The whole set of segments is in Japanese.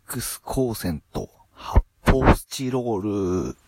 X 光線と発泡スチロール。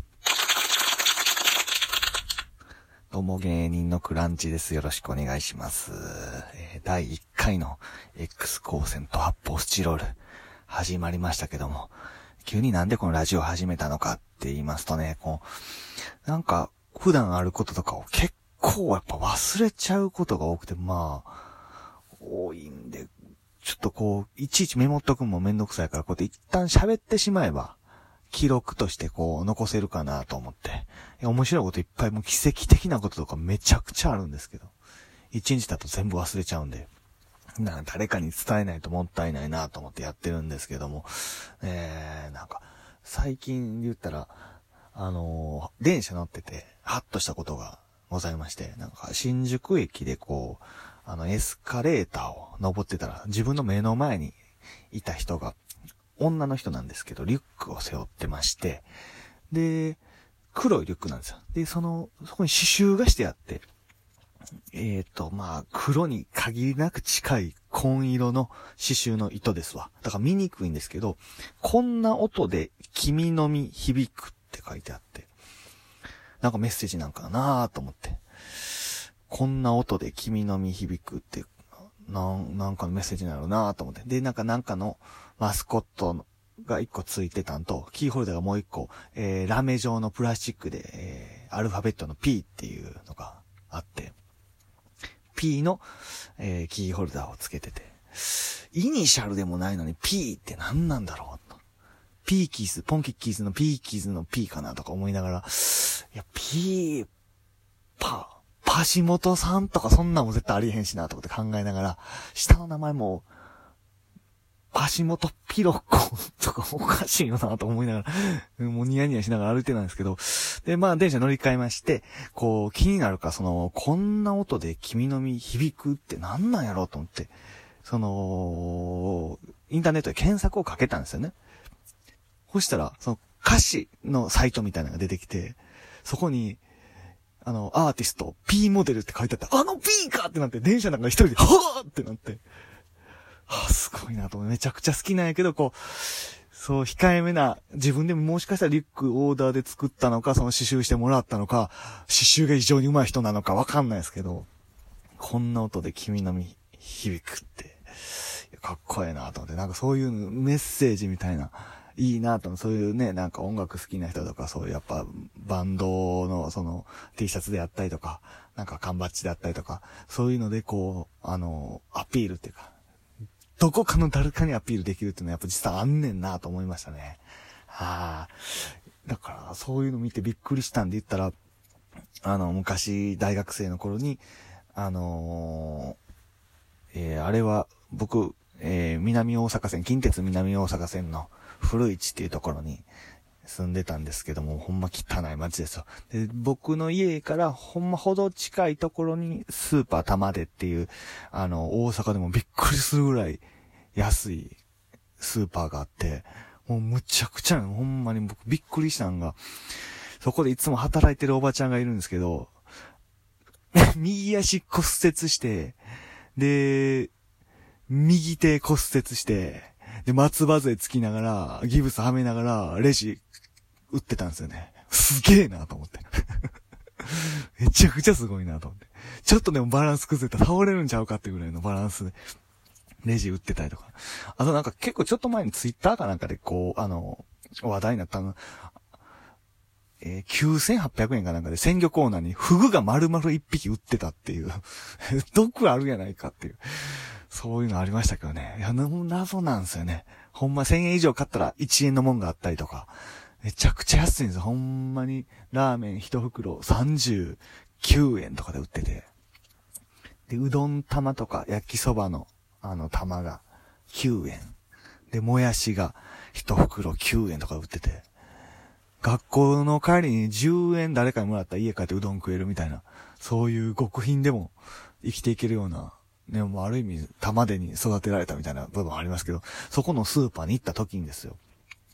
どうも芸人のクランチです。よろしくお願いします。第1回の X 光線と発泡スチロール始まりましたけども、急になんでこのラジオ始めたのかって言いますとね、なんか普段あることとかを結構やっぱ忘れちゃうことが多くて、多いんで、ちょっといちいちメモっとくのもめんどくさいから、こうやって一旦喋ってしまえば、記録として残せるかなと思って。面白いこといっぱい、もう奇跡的なこととかめちゃくちゃあるんですけど、一日だと全部忘れちゃうんで、誰かに伝えないともったいないなと思ってやってるんですけども、最近言ったら、電車乗ってて、ハッとしたことがございまして、新宿駅でエスカレーターを登ってたら、自分の目の前にいた人が、女の人なんですけど、リュックを背負ってまして、で、黒いリュックなんですよ。で、そこに刺繍がしてあって、黒に限りなく近い紺色の刺繍の糸ですわ。だから見にくいんですけど、こんな音で君の身響くって書いてあって、メッセージなんかなと思って。こんな音で君の身響くって、なんかのメッセージなのなと思って。で、なんかのマスコットが一個ついてたんと、キーホルダーがもう一個、ラメ状のプラスチックで、アルファベットの P っていうのがあって、P の、キーホルダーをつけてて、イニシャルでもないのに P って何なんだろうと。P キーズ、ポンキッキーズの P キーズの P かなとか思いながら、橋本さんとかそんなんも絶対ありえへんしなと思って考えながら、下の名前も、橋本ピロコとかおかしいよなと思いながら、もうニヤニヤしながら歩いてたんですけど、で、電車乗り換えまして、気になるからこんな音で君の身響くって何なんやろうと思って、インターネットで検索をかけたんですよね。そしたら、歌詞のサイトみたいなのが出てきて、そこに、アーティスト、P モデルって書いてあった。P かってなって、電車の中で一人で、はぁってなって、すごいなと思って、めちゃくちゃ好きなんやけど、控えめな、自分でももしかしたらリュックオーダーで作ったのか、刺繍してもらったのか、刺繍が非常に上手い人なのかわかんないですけど、こんな音で君の身響くって、かっこええなと思って、そういうメッセージみたいな、いいなと、そういうね、音楽好きな人とか、そういうやっぱバンドのT シャツであったりとか、缶バッジであったりとか、そういうのでアピールっていうか、どこかの誰かにアピールできるっていうのはやっぱ実はあんねんなと思いましたね。だからそういうの見てびっくりしたんで言ったら、昔大学生の頃に、あれは僕、南大阪線、近鉄南大阪線の古市っていうところに住んでたんですけども、ほんま汚い街ですよ。で、僕の家からほんまほど近いところにスーパー玉出っていう、大阪でもびっくりするぐらい安いスーパーがあって、もうむちゃくちゃほんまに僕びっくりしたんが、そこでいつも働いてるおばちゃんがいるんですけど、右足骨折して、で、右手骨折して、で、松葉杖つきながら、ギブスはめながら、レジ、打ってたんですよね。すげえなと思って。めちゃくちゃすごいなと思って。ちょっとでもバランス崩れたら倒れるんちゃうかってぐらいのバランスで、レジ打ってたりとか。あと結構ちょっと前にツイッターかなんかで話題になったの、9800円かなんかで鮮魚コーナーにフグが丸々1匹売ってたっていう。毒あるやないかっていう。そういうのありましたけどね。いや、謎なんですよね。ほんま1000円以上買ったら1円のもんがあったりとか。めちゃくちゃ安いんですよ。ほんまにラーメン1袋39円とかで売ってて。で、うどん玉とか焼きそばの玉が9円。で、もやしが1袋9円とか売ってて。学校の帰りに10円誰かにもらったら家帰ってうどん食えるみたいな。そういう極貧でも生きていけるような。ね、もうある意味、玉でに育てられたみたいな部分ありますけど、そこのスーパーに行った時にですよ。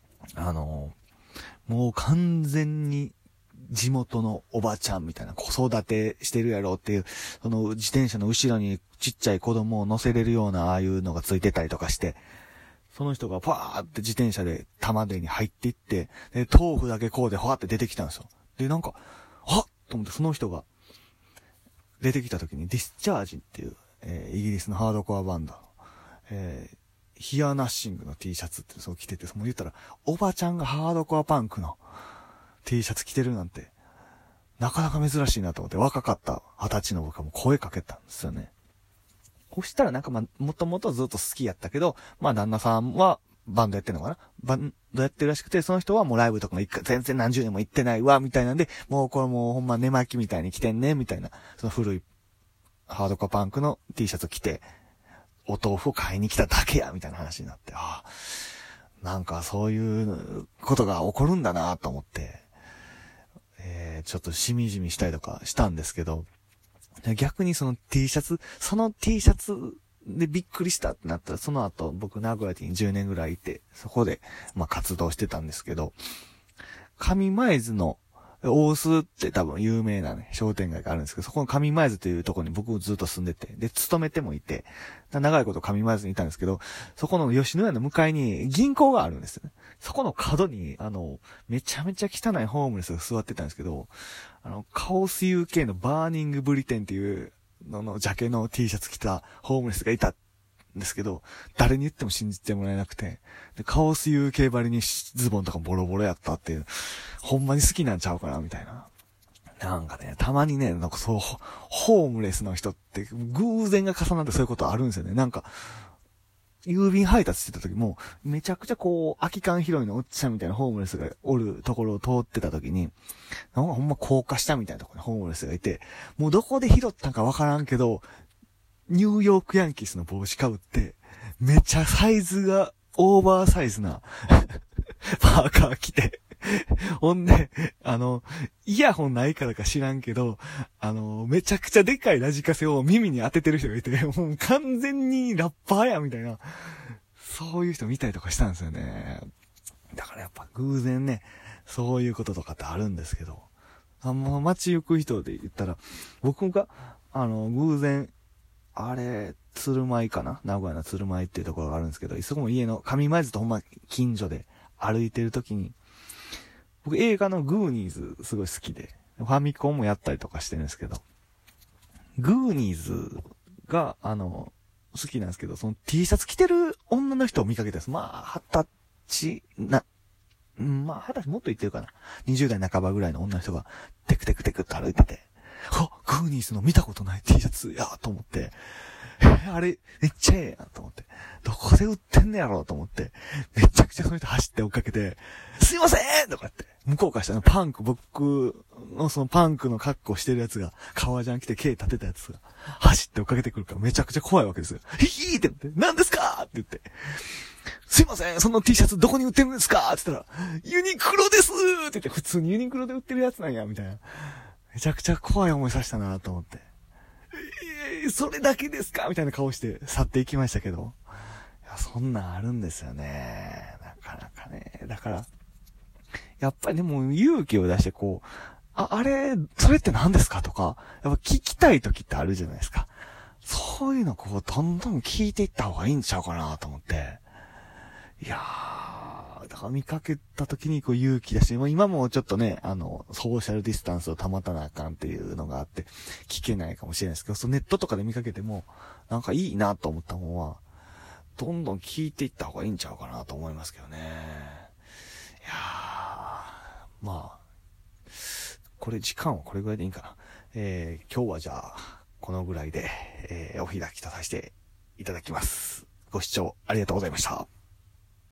もう完全に地元のおばちゃんみたいな子育てしてるやろっていう、自転車の後ろにちっちゃい子供を乗せれるようなああいうのがついてたりとかして、 その人がパーって自転車で玉出に入っていって、で、豆腐だけこうでファーって出てきたんですよ。で、なんか、はっと思ってその人が出てきた時にディスチャージっていう、イギリスのハードコアバンド、ヒアナッシングの T シャツってそう着てて、もう言ったら、おばちゃんがハードコアパンクの T シャツ着てるなんて、なかなか珍しいなと思って、若かった20歳の僕はもう声かけたんですよね。そしたらなんかもともとずっと好きやったけど、旦那さんはバンドやってるのかな、バンドやってるらしくて、その人はもうライブとかも全然何十年も行ってないわ、みたいなんで、もうこれもうほんま寝巻きみたいに着てんね、みたいな、その古いハードコアパンクの T シャツ着て、お豆腐を買いに来ただけや、みたいな話になって、なんかそういうことが起こるんだなと思って、ちょっとしみじみしたりとかしたんですけど、逆にその T シャツでびっくりしたってなったら、その後僕名古屋に10年ぐらいいて、そこで活動してたんですけど、上前津の大須って多分有名なね、商店街があるんですけど、そこの上前津というところに僕ずっと住んでて、で、勤めてもいて、長いこと上前津にいたんですけど、そこの吉野家の向かいに銀行があるんですよね。そこの角に、めちゃめちゃ汚いホームレスが座ってたんですけど、カオス UK のバーニングブリテンっていうののジャケの T シャツ着たホームレスがいたんですけど、誰に言っても信じてもらえなくて、でカオス UK ばりにズボンとかボロボロやったっていう、ほんまに好きなんちゃうかなみたいな。なんかね、たまにね、なんかそう、ホームレスの人って偶然が重なってそういうことあるんですよね。なんか、郵便配達してた時も、めちゃくちゃ空き缶拾いのおっちゃんみたいなホームレスがおるところを通ってた時に、なんかほんま高架下みたいなところにホームレスがいて、もうどこで拾ったんかわからんけど、ニューヨークヤンキースの帽子かぶって、めちゃサイズがオーバーサイズなパーカー着て、ほんで、イヤホンないからか知らんけど、めちゃくちゃでかいラジカセを耳に当ててる人がいて、もう完全にラッパーや、みたいな、そういう人見たりとかしたんですよね。だからやっぱ偶然ね、そういうこととかってあるんですけど、街行く人で言ったら、僕が、偶然、鶴舞かな、名古屋の鶴舞っていうところがあるんですけど、そこも家の上前津とほんま近所で歩いてる時に、僕映画のグーニーズすごい好きで、ファミコンもやったりとかしてるんですけど、グーニーズが、好きなんですけど、その T シャツ着てる女の人を見かけたんです。20歳もっと言ってるかな。20代半ばぐらいの女の人が、テクテクテクって歩いてて、グーニーズの見たことない T シャツやと思って、あれ、めっちゃええやんと思って。どこで売ってんねやろうと思って、めちゃくちゃその人走って追っかけて、すいませんとかって、向こうからしたら僕のそのパンクの格好してるやつが、革ジャン着て毛立てたやつが、走って追っかけてくるからめちゃくちゃ怖いわけですよ。ヒヒーって言って、何ですかって言って、すいません、その T シャツどこに売ってるんですかって言ったら、ユニクロですって言って、普通にユニクロで売ってるやつなんや、みたいな。めちゃくちゃ怖い思いさせたなと思って。それだけですかみたいな顔して去っていきましたけど。いや、そんなんあるんですよね。なかなかね。だから、やっぱりでも勇気を出してそれって何ですかとか、やっぱ聞きたい時ってあるじゃないですか。そういうのどんどん聞いていった方がいいんちゃうかなと思って。いやー、だから見かけた時に勇気出して、今もちょっとね、ソーシャルディスタンスを保たなあかんっていうのがあって、聞けないかもしれないですけど、ネットとかで見かけても、なんかいいなと思ったもんは、どんどん聞いていった方がいいんちゃうかなと思いますけどね。いやー、時間はこれぐらいでいいんかな。今日はじゃあ、このぐらいで、お開きとさせていただきます。ご視聴ありがとうございました。